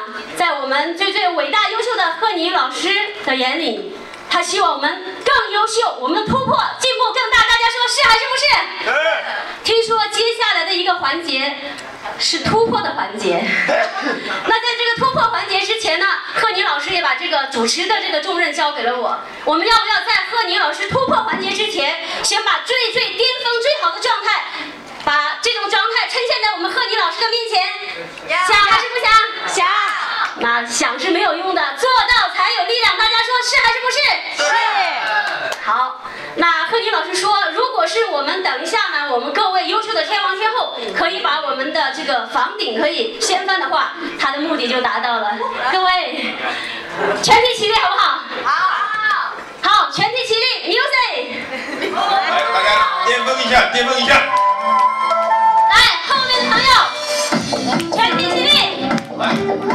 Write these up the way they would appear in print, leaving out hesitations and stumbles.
在我们最伟大优秀的贺宁老师的眼里，他希望我们更优秀，我们的突破进步更大。大家说是还是不是？ 对。 听说接下来的一个环节是突破的环节。那在这个突破环节之前呢，贺宁老师也把这个主持的这个重任交给了我。我们要不要在贺宁老师突破环节之前，先把最巅峰最好的状态，把这种状态呈现在我们贺宁老师的面前？想还是不想？想。那想是没有用的，做到才有力量。大家说是还是不是？是。好，那贺宁老师说，如果是我们等一下呢，我们各位优秀的天王天后可以把我们的这个房顶可以掀翻的话，他的目的就达到了。各位，全体起立好不好？好。好，全体起立 ，music。 来，大家巅峰一下，巅峰一下。 来，后面的朋友，全体起立。 来，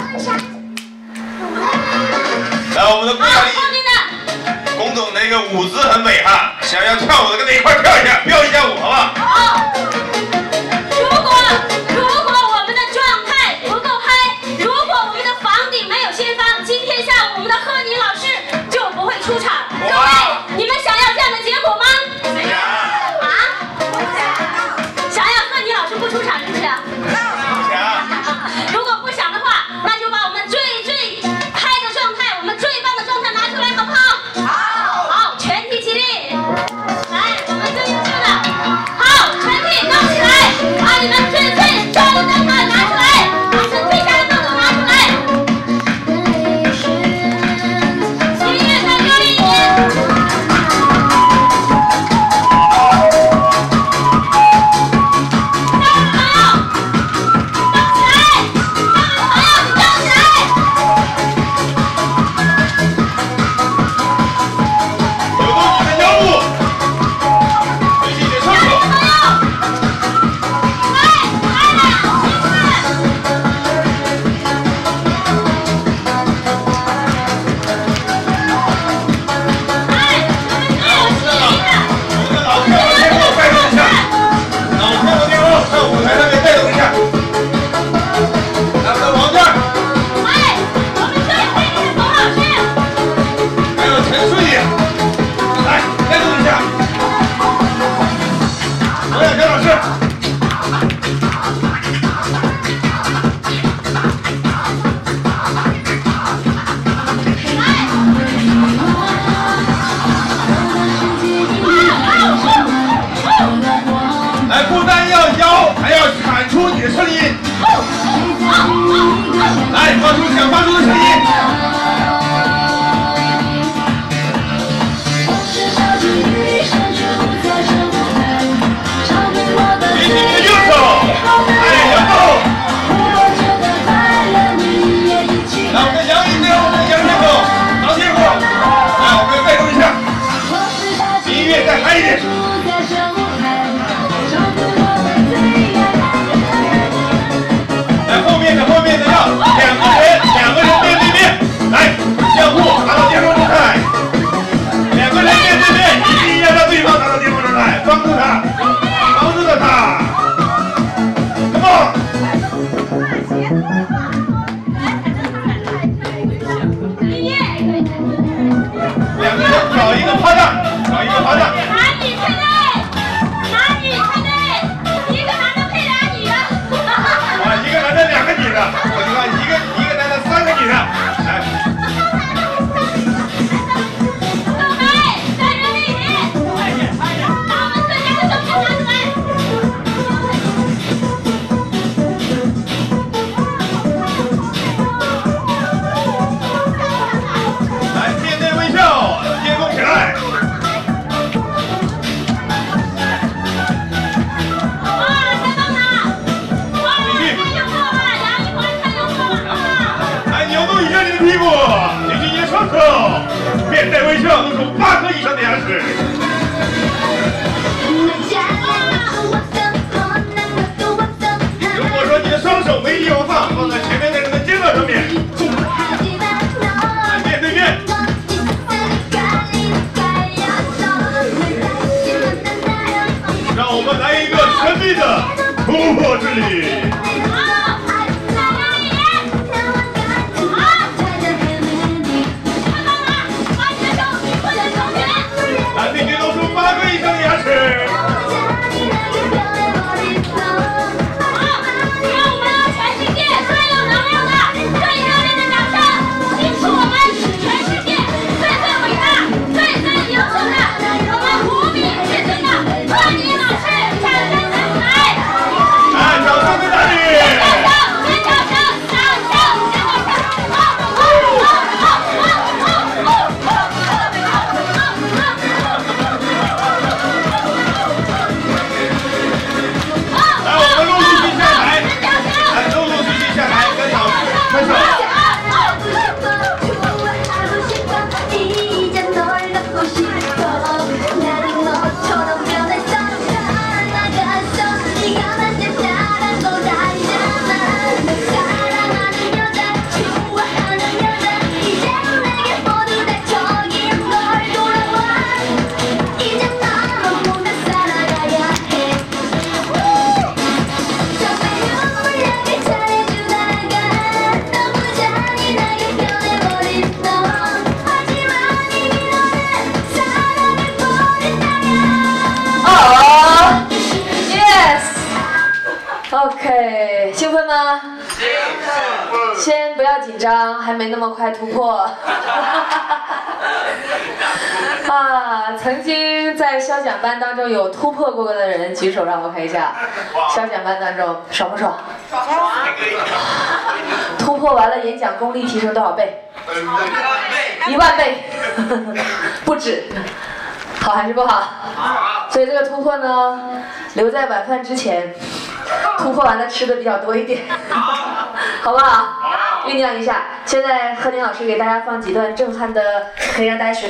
我们的顾大力，龚总那个舞姿很美哈，想要跳舞的跟他一块跳一下，飙一下舞，好不好？ 好。如果我们的状态不够嗨，如果我们的房顶没有掀翻，今天下午我们的贺宁老师就不会出场。各位，你们想要这样的结果吗？想要贺宁老师不出场是不是？如果不想的话，那就把我们最嗨的状态，我们最棒的状态拿出来，好不好？好，全体起立。来，我们最优秀的，好，全体动起来，把你们最棒的状态拿出来，把你们最佳的动作拿出来。音乐再热烈一点。 面带微笑，露出8颗以上的牙齿。如果说你的双手没地方放，放在前面的人的肩膀上面，面对面。让我们来一个神秘的突破之旅。 拍手。 OK， 兴奋吗？先不要紧张，还没那么快突破。啊，曾经在肖奖班当中有突破过的人举手，让我看一下。肖奖班当中爽不爽？突破完了，演讲功力提升多少倍？10000倍，不止。好还是不好？所以这个突破呢，留在晚饭之前。突破完了吃的比较多一点，好不好？酝酿一下。现在贺宁老师给大家放几段震撼的，可以让大家学。